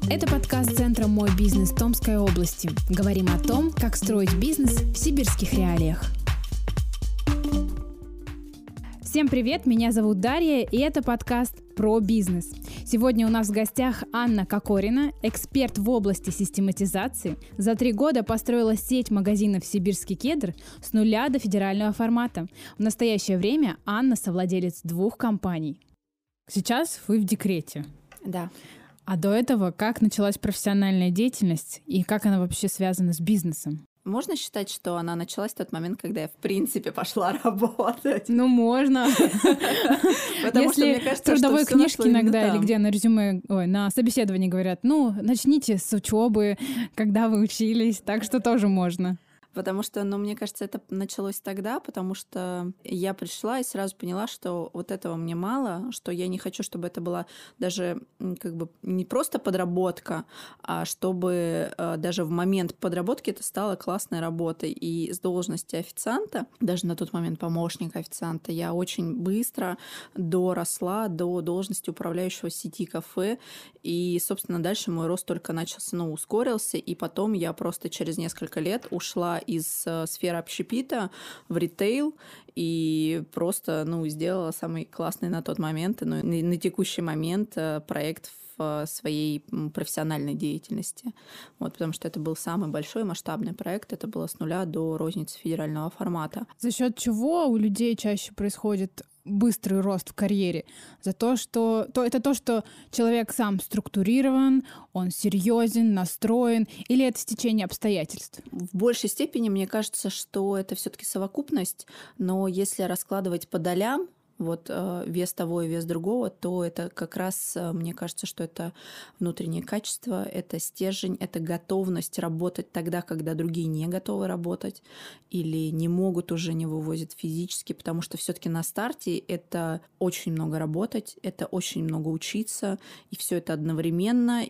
Это подкаст Центра «Мой бизнес» Томской области. Говорим о том, как строить бизнес в сибирских реалиях. Всем привет, меня зовут Дарья, и это подкаст про бизнес. Сегодня у нас в гостях Анна Кокорина, эксперт в области систематизации. За 3 года построила сеть магазинов «Сибирский кедр» с нуля до федерального формата. В настоящее время Анна совладелец 2 компаний. Сейчас вы в декрете. Да. А до этого как началась профессиональная деятельность и как она вообще связана с бизнесом? Можно считать, что она началась в тот момент, когда я в принципе пошла работать? Ну, можно. Потому что мне кажется, в трудовой что книжке иногда или где на резюме, на собеседовании говорят, начните с учебы, когда вы учились, так что тоже можно. Потому что, мне кажется, это началось тогда, потому что я пришла и сразу поняла, что вот этого мне мало, что я не хочу, чтобы это была даже не просто подработка, а чтобы даже в момент подработки это стало классной работой. И с должности официанта, даже на тот момент помощника официанта, я очень быстро доросла до должности управляющего сети кафе. И, собственно, дальше мой рост только начался, ускорился. И потом я просто через несколько лет ушла из сферы общепита в ритейл и просто, сделала самый классный на тот момент, на текущий момент проект в своей профессиональной деятельности. Потому что это был самый большой масштабный проект, это было с нуля до розницы федерального формата. За счет чего у людей чаще происходит быстрый рост в карьере? За то, что человек сам структурирован, он серьезен, настроен, или это стечение обстоятельств? В большей степени, мне кажется, что это все-таки совокупность, но если раскладывать по долям, вес того и вес другого, то это как раз, мне кажется, что это внутреннее качество, это стержень, это готовность работать тогда, когда другие не готовы работать или не могут уже, не вывозят физически, потому что все-таки на старте это очень много работать, это очень много учиться, и все это одновременно,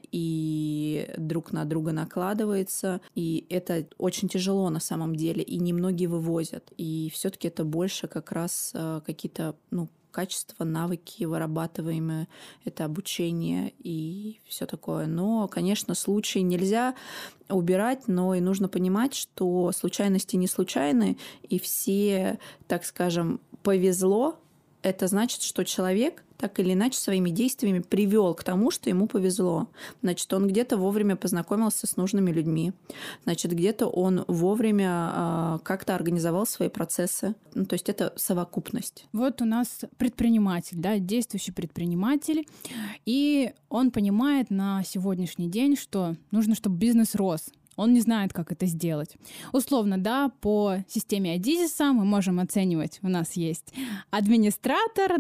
и друг на друга накладывается, и это очень тяжело на самом деле, и немногие вывозят, и все-таки это больше как раз какие-то качества, навыки вырабатываемые, это обучение и все такое. Но, конечно, случаи нельзя убирать, но и нужно понимать, что случайности не случайны, и все, так скажем, повезло. Это значит, что человек так или иначе своими действиями привел к тому, что ему повезло. Значит, он где-то вовремя познакомился с нужными людьми. Значит, где-то он вовремя как-то организовал свои процессы. То есть это совокупность. Вот у нас предприниматель, действующий предприниматель, и он понимает на сегодняшний день, что нужно, чтобы бизнес рос. Он не знает, как это сделать. Условно, по системе Адизиса мы можем оценивать, у нас есть администратор,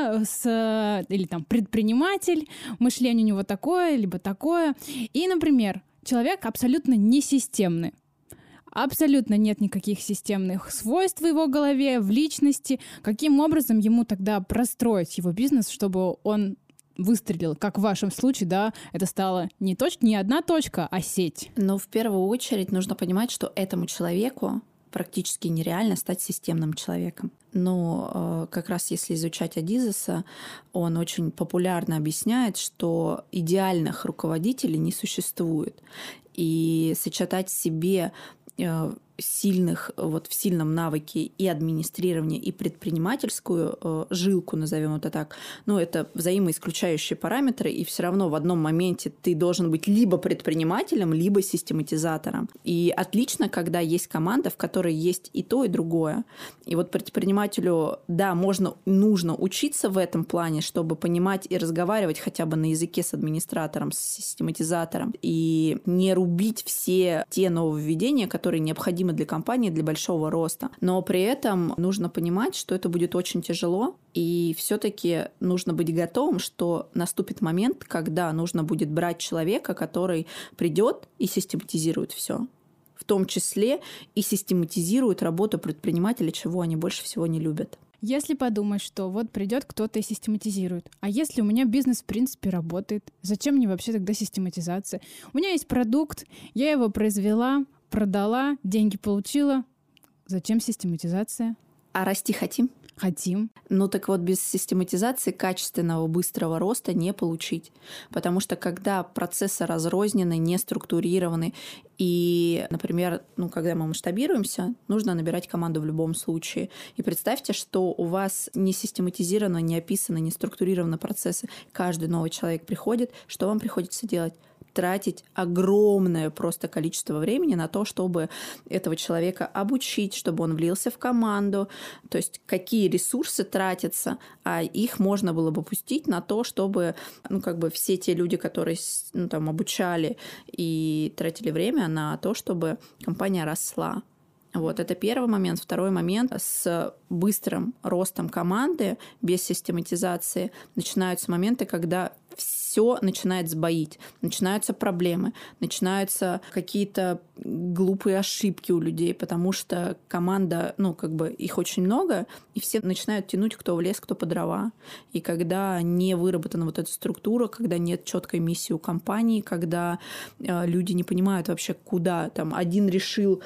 или предприниматель, мышление у него такое, либо такое. И, например, человек абсолютно несистемный. Абсолютно нет никаких системных свойств в его голове, в личности. Каким образом ему тогда простроить его бизнес, чтобы он выстрелил, как в вашем случае, это стало не одна точка, а сеть? Но в первую очередь нужно понимать, что этому человеку практически нереально стать системным человеком. Но как раз если изучать Адизиса, он очень популярно объясняет, что идеальных руководителей не существует. И сочетать в себе сильных, в сильном навыке и администрирования, и предпринимательскую жилку, назовем это так, это взаимоисключающие параметры, и все равно в одном моменте ты должен быть либо предпринимателем, либо систематизатором. И отлично, когда есть команда, в которой есть и то, и другое. И предпринимателю, нужно учиться в этом плане, чтобы понимать и разговаривать хотя бы на языке с администратором, с систематизатором, и не рубить все те нововведения, которые необходимы для компании, для большого роста. Но при этом нужно понимать, что это будет очень тяжело, и все-таки нужно быть готовым, что наступит момент, когда нужно будет брать человека, который придет и систематизирует все, в том числе и систематизирует работу предпринимателя, чего они больше всего не любят. Если подумать, что придет кто-то и систематизирует, а если у меня бизнес в принципе работает, зачем мне вообще тогда систематизация? У меня есть продукт, я его произвела, продала, деньги получила. Зачем систематизация? А расти хотим? Хотим. Ну так вот, без систематизации качественного быстрого роста не получить. Потому что когда процессы разрознены, не структурированы, и, например, когда мы масштабируемся, нужно набирать команду в любом случае. И представьте, что у вас не систематизировано, не описано, не структурированы процессы. Каждый новый человек приходит, что вам приходится делать? Тратить огромное просто количество времени на то, чтобы этого человека обучить, чтобы он влился в команду. То есть какие ресурсы тратятся, а их можно было бы пустить на то, чтобы все те люди, которые обучали и тратили время на то, чтобы компания росла. Вот, это первый момент. Второй момент. С быстрым ростом команды, без систематизации, начинаются моменты, когда все начинает сбоить, начинаются проблемы, начинаются какие-то глупые ошибки у людей, потому что команда, их очень много, и все начинают тянуть кто в лес, кто по дрова. И когда не выработана вот эта структура, когда нет четкой миссии у компании, когда люди не понимают вообще, куда. Один решил,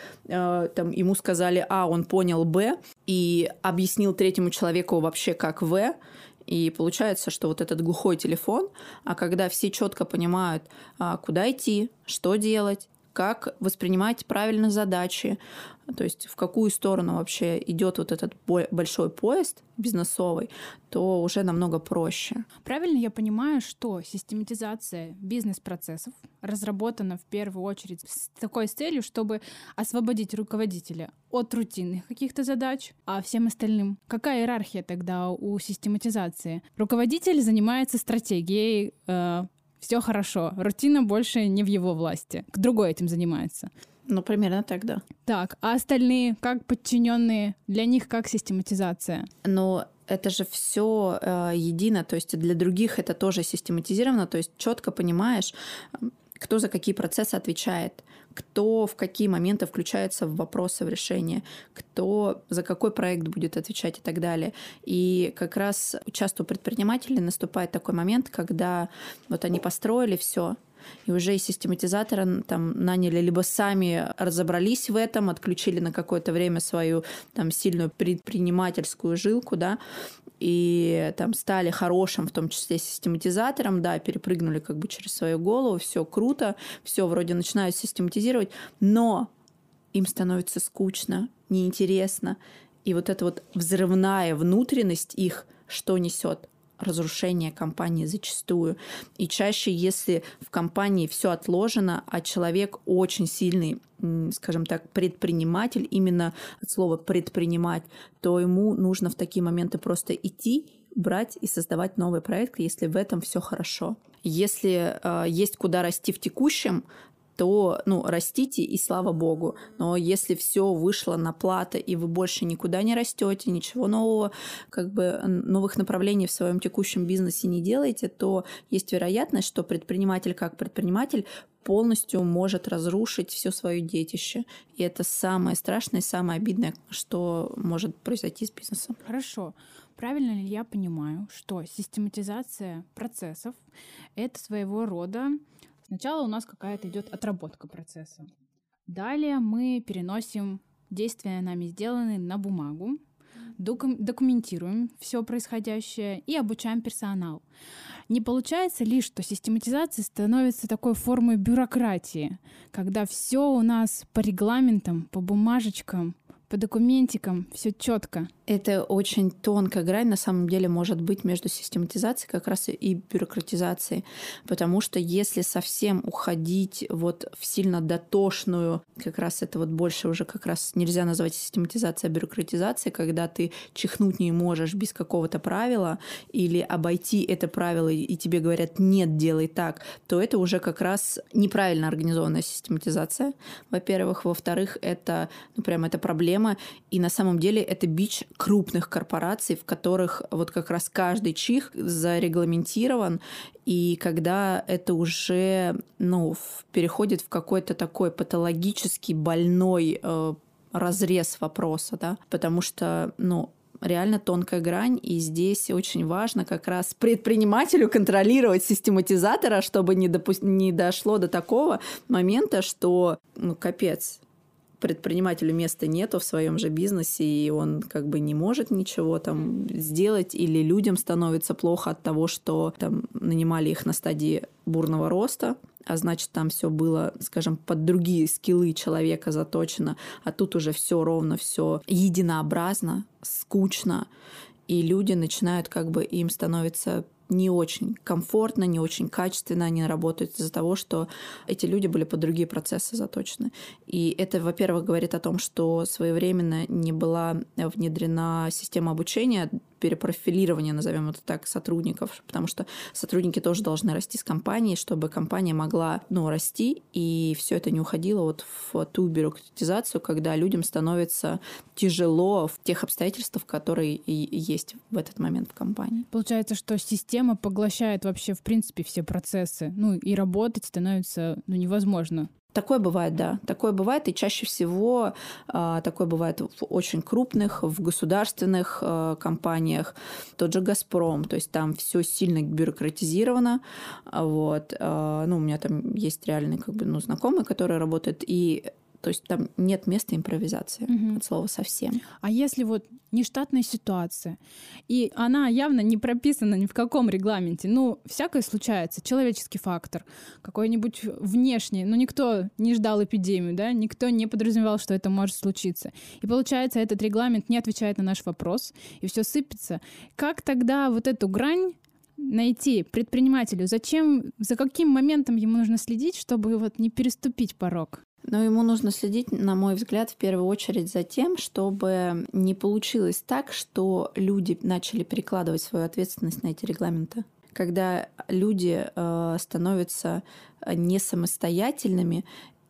ему сказали А, он понял Б, и объяснил третьему человеку вообще как В, и получается, что вот этот глухой телефон, а когда все четко понимают, куда идти, что делать, как воспринимать правильно задачи, то есть в какую сторону вообще идет вот этот большой поезд бизнесовой, то уже намного проще. Правильно я понимаю, что систематизация бизнес-процессов разработана в первую очередь с такой целью, чтобы освободить руководителя от рутинных каких-то задач, а всем остальным? Какая иерархия тогда у систематизации? Руководитель занимается стратегией, все хорошо, рутина больше не в его власти, другой этим занимается. Примерно так, да. Так, а остальные, как подчиненные, для них как систематизация? Но это же все едино, то есть для других это тоже систематизировано, то есть четко понимаешь, кто за какие процессы отвечает, кто в какие моменты включается в вопросы, в решения, кто за какой проект будет отвечать и так далее. И как раз часто у предпринимателей наступает такой момент, когда вот они построили все, и уже и систематизаторы наняли, либо сами разобрались в этом, отключили на какое-то время свою сильную предпринимательскую жилку, да, и стали хорошим, в том числе систематизатором, да, перепрыгнули через свою голову, все круто, все вроде начинают систематизировать, но им становится скучно, неинтересно, и вот эта вот взрывная внутренность их что несет? Разрушение компании зачастую. И чаще, если в компании все отложено, а человек очень сильный, скажем так, предприниматель, именно от слова предпринимать, то ему нужно в такие моменты просто идти, брать и создавать новые проекты, если в этом все хорошо. Если есть куда расти в текущем, то растите, и слава богу. Но если все вышло на плато, и вы больше никуда не растете, ничего нового, новых направлений в своем текущем бизнесе не делаете, то есть вероятность, что предприниматель как предприниматель полностью может разрушить все свое детище. И это самое страшное, самое обидное, что может произойти с бизнесом. Хорошо. Правильно ли я понимаю, что систематизация процессов — это своего рода... Сначала у нас какая-то идет отработка процесса. Далее мы переносим действия, нами сделанные, на бумагу, документируем все происходящее и обучаем персонал. Не получается ли, что систематизация становится такой формой бюрократии, когда все у нас по регламентам, по бумажечкам, по документикам, все четко? Это очень тонкая грань, на самом деле, может быть между систематизацией как раз и бюрократизацией. Потому что если совсем уходить вот в сильно дотошную, как раз это вот больше уже как раз нельзя назвать систематизацией, а бюрократизацией, когда ты чихнуть не можешь без какого-то правила или обойти это правило, и тебе говорят «нет, делай так», то это уже как раз неправильно организованная систематизация, во-первых. Во-вторых, это, прям это проблема, и на самом деле это бич крупных корпораций, в которых вот как раз каждый чих зарегламентирован, и когда это уже переходит в какой-то такой патологический больной разрез вопроса, да, потому что, реально тонкая грань, и здесь очень важно как раз предпринимателю контролировать систематизатора, чтобы не дошло до такого момента, что, капец, предпринимателю места нету в своем же бизнесе, и он как бы не может ничего там сделать, или людям становится плохо от того, что там нанимали их на стадии бурного роста, а значит, там все было, скажем, под другие скиллы человека заточено, а тут уже все ровно, все единообразно, скучно, и люди начинают как бы, им становится не очень комфортно, не очень качественно они работают из-за того, что эти люди были под другие процессы заточены. И это, во-первых, говорит о том, что своевременно не была внедрена система обучения, перепрофилирования, назовем это так, сотрудников, потому что сотрудники тоже должны расти с компанией, чтобы компания могла, расти, и все это не уходило вот в ту бюрократизацию, когда людям становится тяжело в тех обстоятельствах, которые и есть в этот момент в компании. Получается, что система поглощает вообще, в принципе, все процессы, и работать становится, невозможно. Такое бывает, да. Такое бывает, и чаще всего такое бывает в очень крупных, в государственных компаниях. Тот же «Газпром», то есть там все сильно бюрократизировано. Вот. У меня там есть реальный знакомый, который работает, и то есть там нет места импровизации, от слова совсем. А если нештатная ситуация, и она явно не прописана ни в каком регламенте, всякое случается, человеческий фактор, какой-нибудь внешний, никто не ждал эпидемию, да, никто не подразумевал, что это может случиться. И получается, этот регламент не отвечает на наш вопрос, и все сыпется. Как тогда эту грань найти предпринимателю? За каким моментом ему нужно следить, чтобы не переступить порог? Но ему нужно следить, на мой взгляд, в первую очередь за тем, чтобы не получилось так, что люди начали перекладывать свою ответственность на эти регламенты. Когда люди становятся не самостоятельными,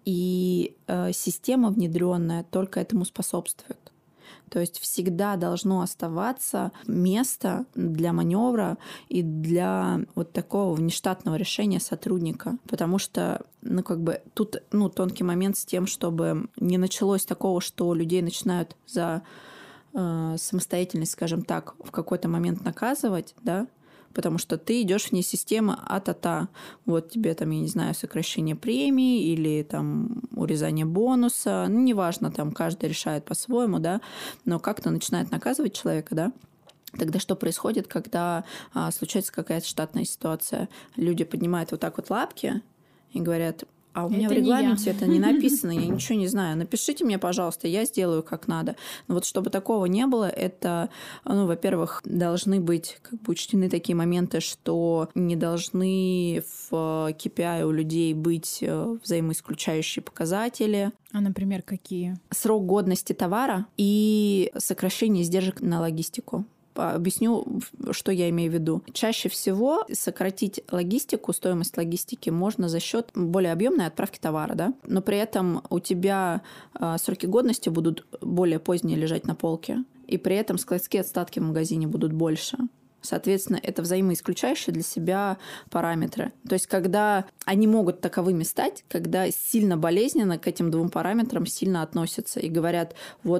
и система внедренная только этому способствует. То есть всегда должно оставаться место для маневра и для такого внештатного решения сотрудника. Потому что тут тонкий момент с тем, чтобы не началось такого, что людей начинают за самостоятельность, скажем так, в какой-то момент наказывать, да, потому что ты идешь вне системы а-та-та. Вот тебе там, я не знаю, сокращение премии или там урезание бонуса. Неважно, там каждый решает по-своему, да, но как-то начинает наказывать человека, да. Тогда что происходит, когда случается какая-то штатная ситуация? Люди поднимают лапки и говорят: а у меня в регламенте это не написано, я ничего не знаю. Напишите мне, пожалуйста, я сделаю как надо. Но чтобы такого не было, это, во-первых, должны быть учтены такие моменты, что не должны в KPI у людей быть взаимоисключающие показатели. А, например, какие? Срок годности товара и сокращение издержек на логистику. Объясню, что я имею в виду. Чаще всего сократить логистику, стоимость логистики можно за счет более объемной отправки товара, да? Но при этом у тебя сроки годности будут более поздние лежать на полке, и при этом складские остатки в магазине будут больше. Соответственно, это взаимоисключающие для себя параметры. То есть, когда они могут таковыми стать, когда сильно болезненно к этим двум параметрам сильно относятся и говорят: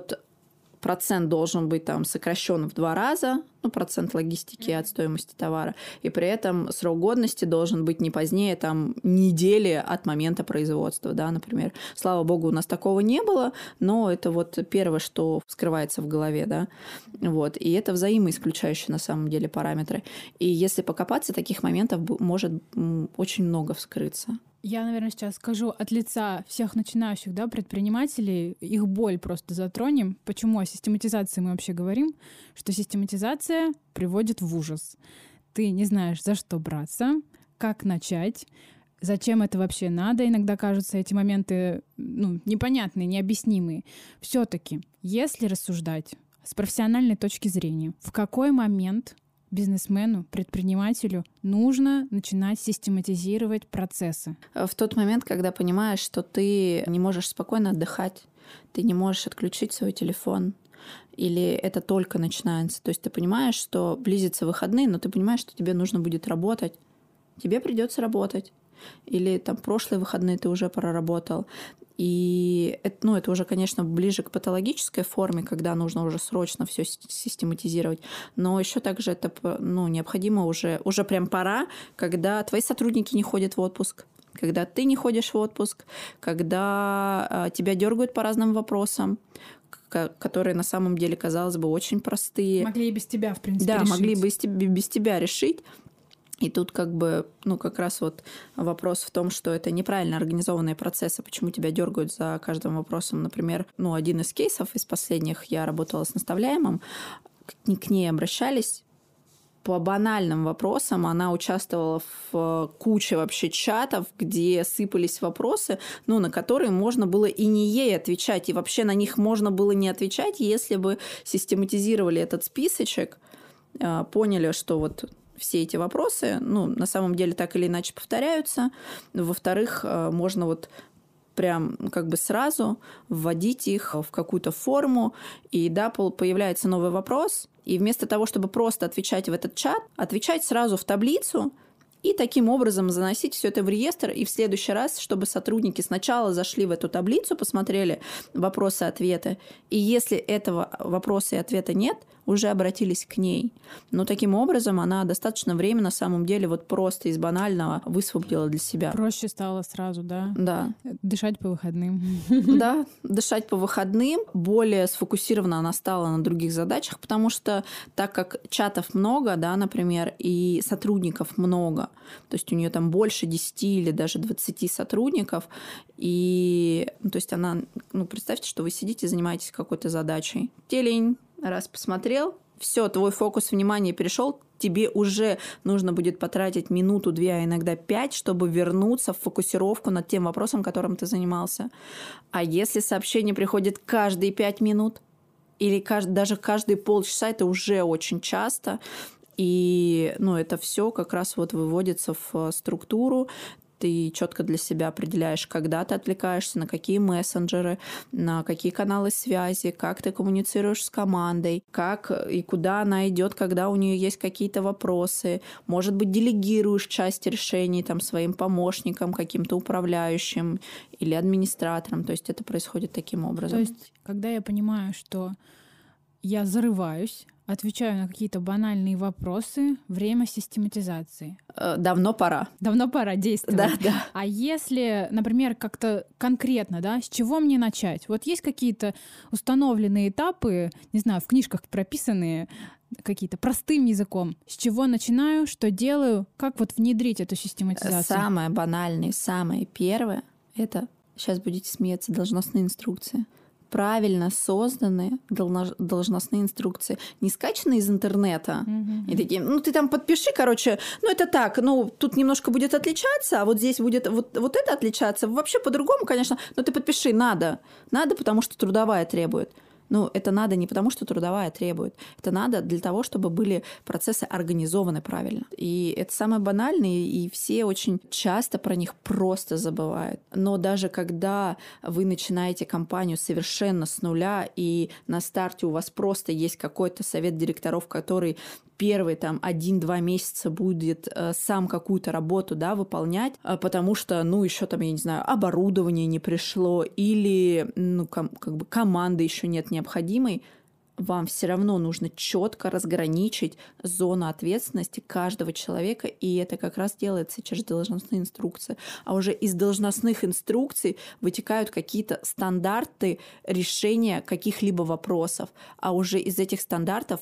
процент должен быть сокращен в 2 раза, процент логистики от стоимости товара, и при этом срок годности должен быть не позднее недели от момента производства, да, например. Слава богу, у нас такого не было, но это первое, что вскрывается в голове, да, и это взаимоисключающие на самом деле параметры. И если покопаться, таких моментов может очень много вскрыться. Я, наверное, сейчас скажу от лица всех начинающих, да, предпринимателей, их боль просто затронем. Почему о систематизации мы вообще говорим? Что систематизация приводит в ужас. Ты не знаешь, за что браться, как начать, зачем это вообще надо. Иногда кажутся эти моменты непонятные, необъяснимые. Все-таки, если рассуждать с профессиональной точки зрения, в какой момент бизнесмену, предпринимателю нужно начинать систематизировать процессы? В тот момент, когда понимаешь, что ты не можешь спокойно отдыхать, ты не можешь отключить свой телефон, или это только начинается. То есть ты понимаешь, что близятся выходные, но ты понимаешь, что тебе нужно будет работать. Тебе придется работать. Или прошлые выходные ты уже проработал. И это уже, конечно, ближе к патологической форме, когда нужно уже срочно все систематизировать. Но еще также это необходимо уже прям пора, когда твои сотрудники не ходят в отпуск, когда ты не ходишь в отпуск, когда тебя дергают по разным вопросам, которые на самом деле, казалось бы, очень простые. Могли и без тебя, в принципе, да, решить. могли бы без тебя решить. И тут как бы, как раз вот вопрос в том, что это неправильно организованные процессы, почему тебя дергают за каждым вопросом. Например, один из кейсов из последних, я работала с наставляемым, к ней обращались по банальным вопросам. Она участвовала в куче вообще чатов, где сыпались вопросы, на которые можно было и не ей отвечать, и вообще на них можно было не отвечать, если бы систематизировали этот списочек, поняли, что вот все эти вопросы, на самом деле так или иначе повторяются. Во-вторых, можно вот прям как бы сразу вводить их в какую-то форму, и да, появляется новый вопрос, и вместо того, чтобы просто отвечать в этот чат, отвечать сразу в таблицу и таким образом заносить все это в реестр, и в следующий раз, чтобы сотрудники сначала зашли в эту таблицу, посмотрели вопросы-ответы, и если этого вопроса и ответа нет, уже обратились к ней. Но таким образом она достаточно время, на самом деле, вот просто из банального высвободила для себя. Проще стало сразу, да? Да. Дышать по выходным. Да, дышать по выходным. Более сфокусирована она стала на других задачах, потому что так как чатов много, да, например, и сотрудников много, то есть у нее там больше 10 или даже 20 сотрудников, и то есть она, представьте, что вы сидите, занимаетесь какой-то задачей. Телень, раз посмотрел, все, твой фокус внимания перешел, тебе уже нужно будет потратить минуту, 2, а иногда 5, чтобы вернуться в фокусировку над тем вопросом, которым ты занимался. А если сообщение приходит каждые 5 минут или даже каждые полчаса, это уже очень часто. И это все как раз вот выводится в структуру. Ты четко для себя определяешь, когда ты отвлекаешься, на какие мессенджеры, на какие каналы связи, как ты коммуницируешь с командой, как и куда она идет, когда у нее есть какие-то вопросы. Может быть, делегируешь часть решений там, своим помощникам, каким-то управляющим или администраторам. То есть это происходит таким образом. То есть, когда я понимаю, что я зарываюсь, отвечаю на какие-то банальные вопросы, время систематизации. Давно пора. Давно пора действовать. Да. А если, например, как-то конкретно, да, с чего мне начать? Вот есть какие-то установленные этапы, не знаю, в книжках прописанные, какие-то простым языком. С чего начинаю, что делаю, как вот внедрить эту систематизацию? Самое банальное, самое первое — это, сейчас будете смеяться, должностные инструкции. Правильно созданные должностные инструкции, не скачанные из интернета. И такие, ты там подпиши, короче, это так, тут немножко будет отличаться, а вот здесь будет вот это отличаться. Вообще по-другому, конечно, но ты подпиши, надо, потому что трудовая требует. Это надо не потому, что трудовая требует. Это надо для того, чтобы были процессы организованы правильно. И это самое банальное, и все очень часто про них просто забывают. Но даже когда вы начинаете компанию совершенно с нуля, и на старте у вас просто есть какой-то совет директоров, который первые 1-2 месяца будет сам какую-то работу, да, выполнять, потому что, еще там, я не знаю, оборудование не пришло или, команды еще нет необходимой, вам все равно нужно четко разграничить зону ответственности каждого человека, и это как раз делается через должностные инструкции. А уже из должностных инструкций вытекают какие-то стандарты решения каких-либо вопросов, а уже из этих стандартов,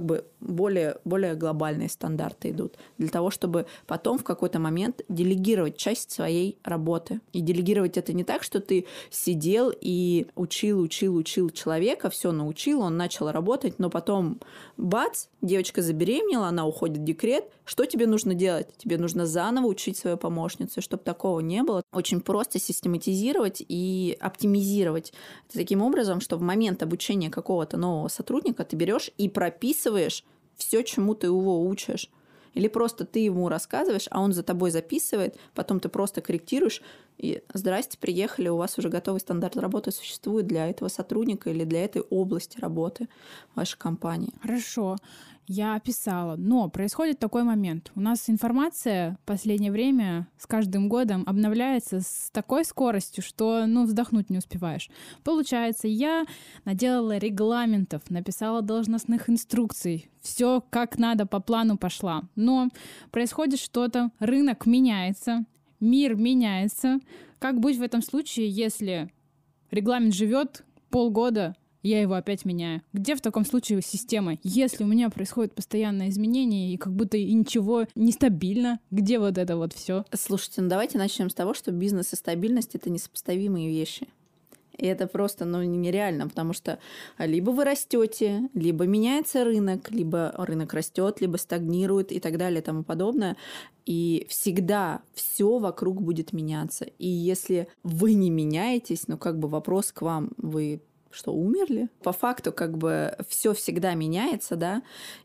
более глобальные стандарты идут, для того, чтобы потом в какой-то момент делегировать часть своей работы. И делегировать это не так, что ты сидел и учил человека, все научил, он начал работать, но потом бац, девочка забеременела, она уходит в декрет. Что тебе нужно делать? Тебе нужно заново учить свою помощницу. Чтобы такого не было, очень просто систематизировать и оптимизировать. Это таким образом, что в момент обучения какого-то нового сотрудника ты берешь и прописываешь все, чему ты его учишь. Или просто ты ему рассказываешь, а он за тобой записывает, потом ты просто корректируешь, и здрасте, приехали, у вас уже готовый стандарт работы существует для этого сотрудника или для этой области работы вашей компании. Хорошо, я описала, но происходит такой момент. У нас информация в последнее время с каждым годом обновляется с такой скоростью, что, вздохнуть не успеваешь. Получается, я наделала регламентов, написала должностных инструкций, все как надо по плану пошла. Но происходит что-то, рынок меняется, мир меняется. Как быть в этом случае, если регламент живет полгода, я его опять меняю? Где в таком случае система? Если у меня происходит постоянное изменение и как будто и ничего нестабильно, где вот это вот все? Слушайте, ну давайте начнем с того, что бизнес и стабильность — это несопоставимые вещи. И это просто нереально, потому что либо вы растете, либо меняется рынок, либо рынок растет, либо стагнирует и так далее и тому подобное. И всегда все вокруг будет меняться. И если вы не меняетесь, вопрос к вам, вы что, умерли? По факту все всегда меняется, да,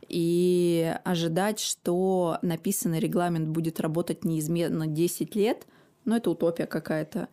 и ожидать, что написанный регламент будет работать неизменно 10 лет, это утопия какая-то.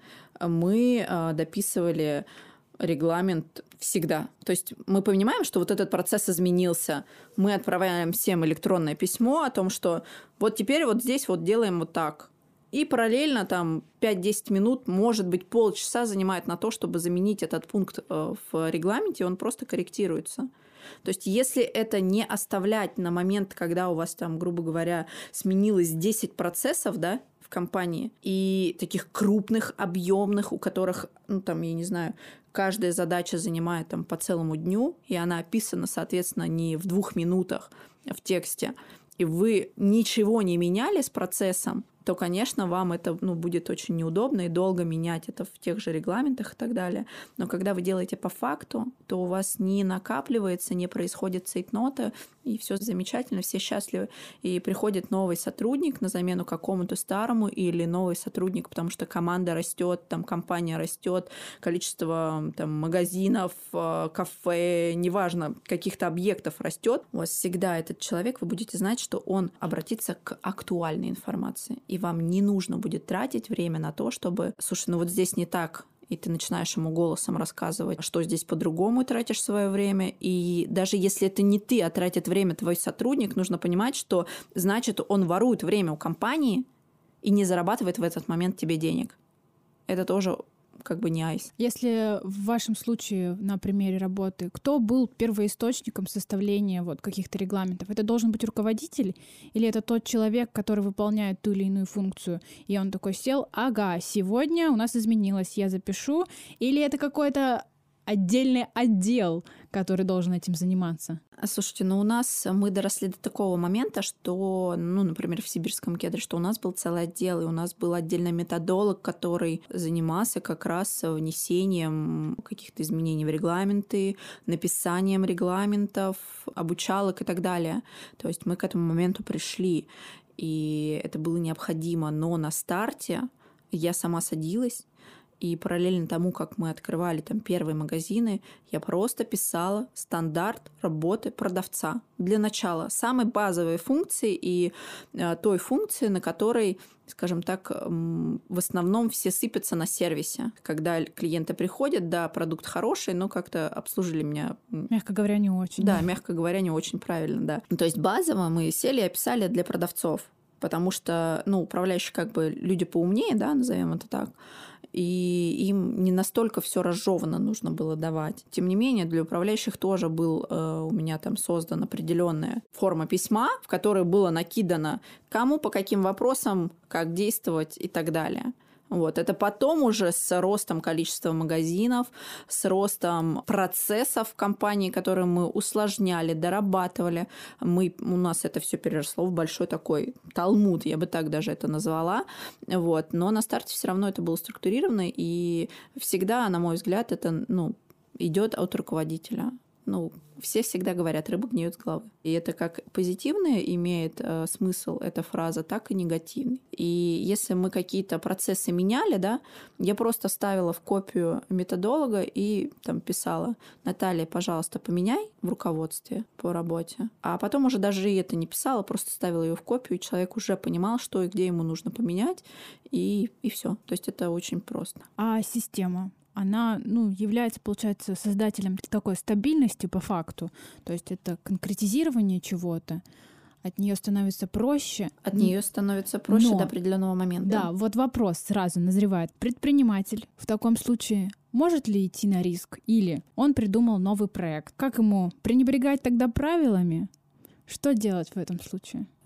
Мы дописывали регламент всегда. То есть мы понимаем, что вот этот процесс изменился. Мы отправляем всем электронное письмо о том, что вот теперь вот здесь вот делаем вот так. И параллельно 5-10 минут, может быть, полчаса занимает на то, чтобы заменить этот пункт в регламенте, он просто корректируется. То есть если это не оставлять на момент, когда у вас грубо говоря, сменилось 10 процессов, да, в компании, и таких крупных, объемных, у которых, я не знаю, каждая задача занимает по целому дню, и она описана, соответственно, не в 2 минутах в тексте, и вы ничего не меняли с процессом, то, конечно, вам это будет очень неудобно и долго менять это в тех же регламентах и так далее. Но когда вы делаете по факту, то у вас не накапливается, не происходит цейтнота, и все замечательно, все счастливы. И приходит новый сотрудник на замену какому-то старому, или новый сотрудник, потому что команда растет, компания растет, количество магазинов, кафе, неважно, каких-то объектов растет. У вас всегда этот человек, вы будете знать, что он обратится к актуальной информации. И вам не нужно будет тратить время на то, чтобы, слушай, вот здесь не так, и ты начинаешь ему голосом рассказывать, что здесь по-другому, тратишь свое время. И даже если это не ты, а тратит время твой сотрудник, нужно понимать, что значит он ворует время у компании и не зарабатывает в этот момент тебе денег. Это тоже не айс. Если в вашем случае, на примере работы, кто был первоисточником составления каких-то регламентов? Это должен быть руководитель или это тот человек, который выполняет ту или иную функцию? И он такой сел, сегодня у нас изменилось, я запишу. Или это какой-то отдельный отдел, который должен этим заниматься? Слушайте, мы доросли до такого момента, что, например, в Сибирском кедре, что у нас был целый отдел, и у нас был отдельный методолог, который занимался как раз внесением каких-то изменений в регламенты, написанием регламентов, обучалок и так далее. То есть мы к этому моменту пришли, и это было необходимо. Но на старте я сама садилась, и параллельно тому, как мы открывали первые магазины, я просто писала стандарт работы продавца. Для начала самой базовой функции и той функции, на которой, скажем так, в основном все сыпятся на сервисе. Когда клиенты приходят, да, продукт хороший, но как-то обслужили меня... Мягко говоря, не очень. Да, мягко говоря, не очень правильно, да. То есть базово мы сели и описали для продавцов. Потому что, управляющие люди поумнее, да, назовем это так, и им не настолько все разжевано нужно было давать. Тем не менее, для управляющих тоже был у меня создана определенная форма письма, в которой было накидано, кому, по каким вопросам, как действовать и так далее. Это потом уже с ростом количества магазинов, с ростом процессов в компании, которые мы усложняли, дорабатывали. У нас это все переросло в большой такой талмуд, я бы так даже это назвала. Но на старте все равно это было структурировано, и всегда, на мой взгляд, это идет от руководителя. Все всегда говорят, рыба гниет с головы. И это как позитивное имеет смысл, эта фраза, так и негативный. И если мы какие-то процессы меняли, да, я просто ставила в копию методолога и писала: Наталья, пожалуйста, поменяй в руководстве по работе. А потом уже даже и это не писала, просто ставила ее в копию, и человек уже понимал, что и где ему нужно поменять, и все. То есть это очень просто. А система? Она, является, получается, создателем такой стабильности по факту. То есть это конкретизирование чего-то. От нее становится проще. От нее становится проще до определенного момента. Да, вопрос сразу назревает. Предприниматель в таком случае может ли идти на риск? Или он придумал новый проект? Как ему пренебрегать тогда правилами? Что делать в этом случае?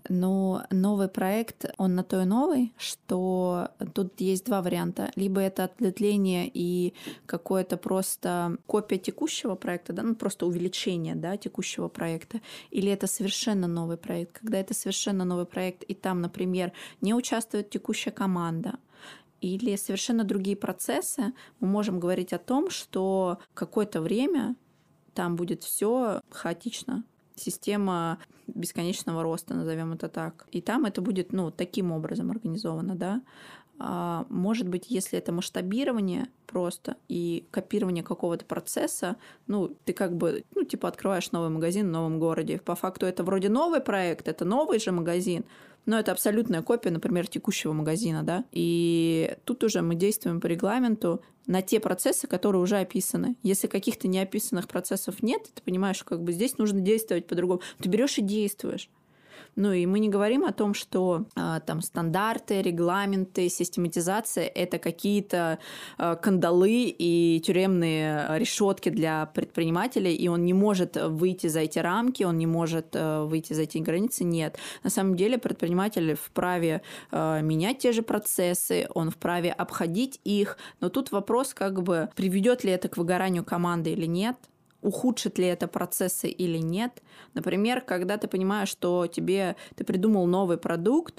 Но новый проект, он на то и новый, что тут есть два варианта. Либо это ответвление и какое-то просто копия текущего проекта, да, ну просто увеличение, да, текущего проекта, или это совершенно новый проект. Когда это совершенно новый проект, и там, например, не участвует текущая команда, или совершенно другие процессы, мы можем говорить о том, что какое-то время там будет все хаотично. Система бесконечного роста, назовем это так. И там это будет, ну, таким образом организовано, да. Может быть, если это масштабирование просто и копирование какого-то процесса, ну, ты как бы, ну, типа открываешь новый магазин в новом городе. По факту это вроде новый проект, это новый же магазин, но это абсолютная копия, например, текущего магазина, да. И тут уже мы действуем по регламенту на те процессы, которые уже описаны. Если каких-то неописанных процессов нет, ты понимаешь, как бы здесь нужно действовать по-другому. Ты берешь и действуешь. Ну и мы не говорим о том, что там стандарты, регламенты, систематизация — это какие-то кандалы и тюремные решетки для предпринимателей, и он не может выйти за эти рамки, он не может выйти за эти границы. Нет. На самом деле предприниматель вправе менять те же процессы, он вправе обходить их, но тут вопрос, как бы, приведет ли это к выгоранию команды или нет. Ухудшит ли это процессы или нет. Например, когда ты понимаешь, что ты придумал новый продукт,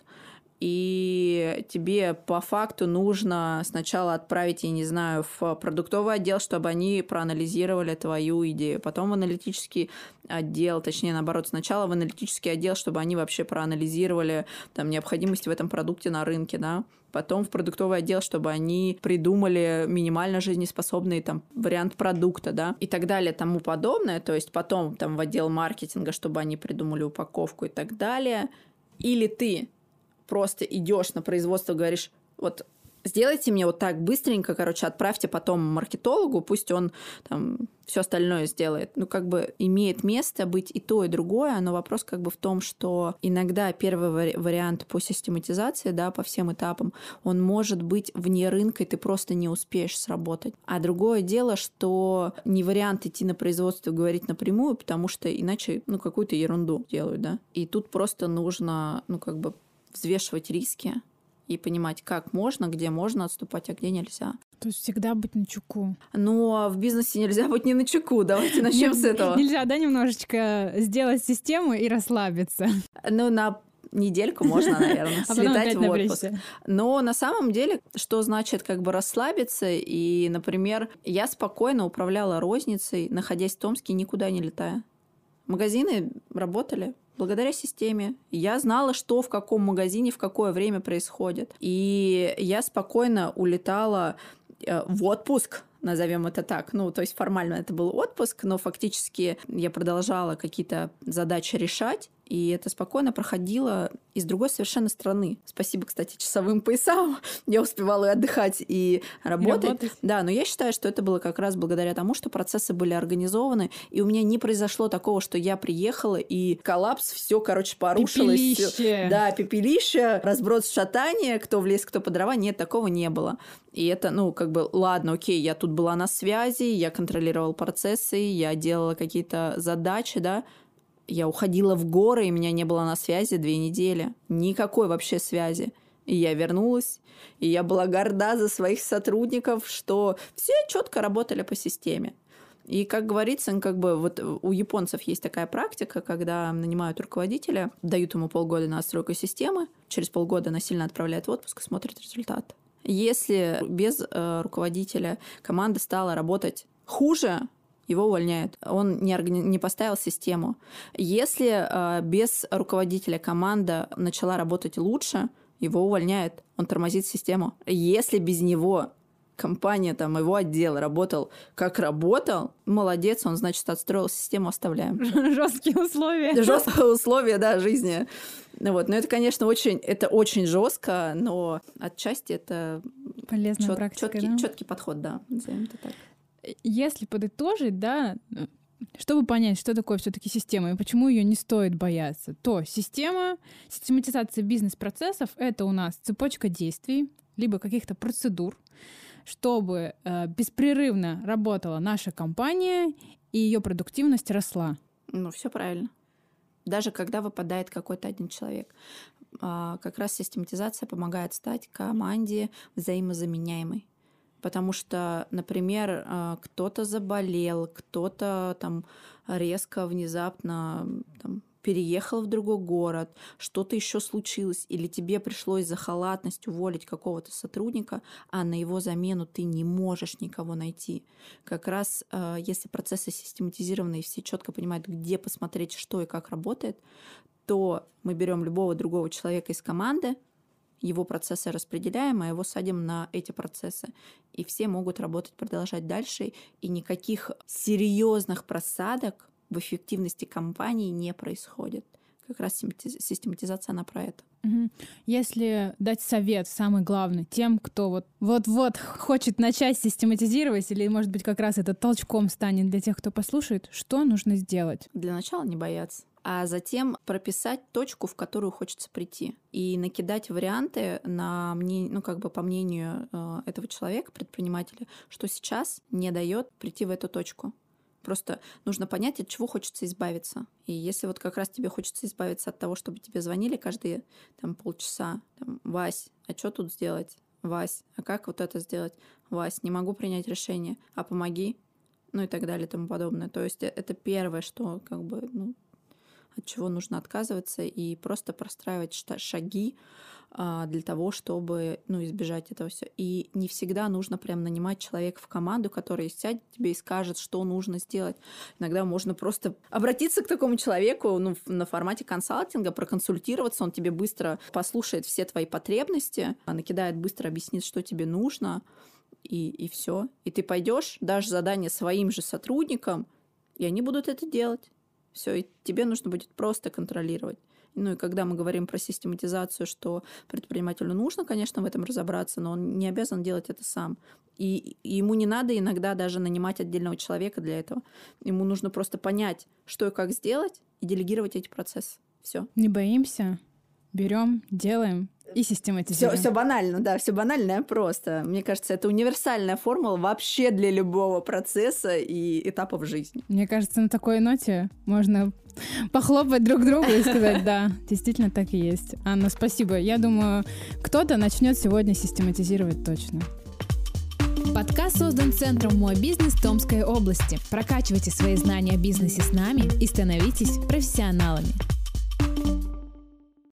и тебе по факту нужно сначала отправить, я не знаю, в продуктовый отдел, чтобы они проанализировали твою идею, потом в аналитический отдел, точнее, наоборот, сначала в аналитический отдел, чтобы они вообще проанализировали там необходимость в этом продукте на рынке, да, потом в продуктовый отдел, чтобы они придумали минимально жизнеспособный там вариант продукта, да, и так далее, тому подобное, то есть потом там в отдел маркетинга, чтобы они придумали упаковку и так далее, или ты просто идешь на производство, говоришь, вот сделайте мне вот так быстренько, короче, отправьте потом маркетологу, пусть он там все остальное сделает. Ну, как бы имеет место быть и то, и другое, но вопрос как бы в том, что иногда первый вариант по систематизации, да, по всем этапам, он может быть вне рынка, и ты просто не успеешь сработать. А другое дело, что не вариант идти на производство и говорить напрямую, потому что иначе, ну, какую-то ерунду делают, да. И тут просто нужно, ну, как бы взвешивать риски и понимать, как можно, где можно отступать, а где нельзя. То есть всегда быть начеку. Но в бизнесе нельзя быть не начеку. Давайте начнем с этого. Нельзя, да, немножечко сделать систему и расслабиться. Ну, на недельку можно, наверное, слетать в отпуск. Но на самом деле, что значит как бы расслабиться? И, например, я спокойно управляла розницей, находясь в Томске, никуда не летая. Магазины работали благодаря системе. Я знала, что в каком магазине, в какое время происходит. И я спокойно улетала в отпуск, назовем это так. Ну, то есть формально это был отпуск, но фактически я продолжала какие-то задачи решать, и это спокойно проходило из другой совершенно страны. Спасибо, кстати, часовым поясам. Я успевала и отдыхать, и работать. Да, но я считаю, что это было как раз благодаря тому, что процессы были организованы, и у меня не произошло такого, что я приехала, и коллапс, все, короче, порушилось. Пепелище. Да, пепелище, разброс, шатание, кто в лес, кто по дрова. Нет, такого не было. И это, ну, как бы, ладно, окей, я тут была на связи, я контролировала процессы, я делала какие-то задачи, да. Я уходила в горы, и меня не было на связи 2 недели. Никакой вообще связи. И я вернулась, и я была горда за своих сотрудников, что все четко работали по системе. И, как говорится, как бы вот у японцев есть такая практика, когда нанимают руководителя, дают ему полгода на отстройку системы, через полгода насильно отправляют в отпуск и смотрят результат. Если без руководителя команда стала работать хуже, его увольняют. Он не поставил систему. Если без руководителя команда начала работать лучше, его увольняют. Он тормозит систему. Если без него компания, там, его отдел работал как работал, молодец, он, значит, отстроил систему, оставляем. Жесткие условия. Жесткие условия, да, жизни. Вот. Но это, конечно, очень жестко, но отчасти это полезная практика, четкий подход, да, назовем это так. Если подытожить, да, чтобы понять, что такое все-таки система и почему ее не стоит бояться, то систематизация бизнес-процессов — это у нас цепочка действий, либо каких-то процедур, чтобы беспрерывно работала наша компания и ее продуктивность росла. Ну, все правильно. даже когда выпадает какой-то один человек. Как раз систематизация помогает стать команде взаимозаменяемой. Потому что, например, кто-то заболел, кто-то там резко, внезапно там, переехал в другой город, что-то еще случилось, или тебе пришлось за халатность уволить какого-то сотрудника, а на его замену ты не можешь никого найти. Как раз если процессы систематизированы и все четко понимают, где посмотреть, что и как работает, то мы берем любого другого человека из команды, его процессы распределяем, а его садим на эти процессы. И все могут работать, продолжать дальше, и никаких серьезных просадок в эффективности компании не происходит. Как раз систематизация, она про это. Если дать совет, самый главный, тем, кто вот-вот хочет начать систематизировать, или, может быть, как раз это толчком станет для тех, кто послушает, что нужно сделать? Для начала не бояться, а затем прописать точку, в которую хочется прийти, и накидать варианты по мнению этого человека, предпринимателя, что сейчас не дает прийти в эту точку. Просто нужно понять, от чего хочется избавиться. И если вот как раз тебе хочется избавиться от того, чтобы тебе звонили каждые полчаса, Вась, а что тут сделать? Вась, а как вот это сделать? Вась, не могу принять решение, а помоги, и так далее и тому подобное. То есть это первое, что от чего нужно отказываться, и просто простраивать шаги для того, чтобы избежать этого всего. И не всегда нужно прям нанимать человека в команду, который сядет тебе и скажет, что нужно сделать. Иногда можно просто обратиться к такому человеку на формате консалтинга, проконсультироваться, он тебе быстро послушает все твои потребности, накидает, быстро объяснит, что тебе нужно, и все. И ты пойдешь, дашь задание своим же сотрудникам, и они будут это делать. Все, и тебе нужно будет просто контролировать. И когда мы говорим про систематизацию, что предпринимателю нужно, конечно, в этом разобраться, но он не обязан делать это сам. И ему не надо иногда даже нанимать отдельного человека для этого. Ему нужно просто понять, что и как сделать, и делегировать эти процессы. Все. Не боимся, берем, делаем и систематизируем. Все банально, да, все банальное просто. Мне кажется, это универсальная формула вообще для любого процесса и этапа в жизни. Мне кажется, на такой ноте можно похлопать друг другу и сказать, да, действительно так и есть. Анна, спасибо. Я думаю, кто-то начнет сегодня систематизировать точно. Подкаст создан Центром «Мой бизнес» Томской области. Прокачивайте свои знания о бизнесе с нами и становитесь профессионалами.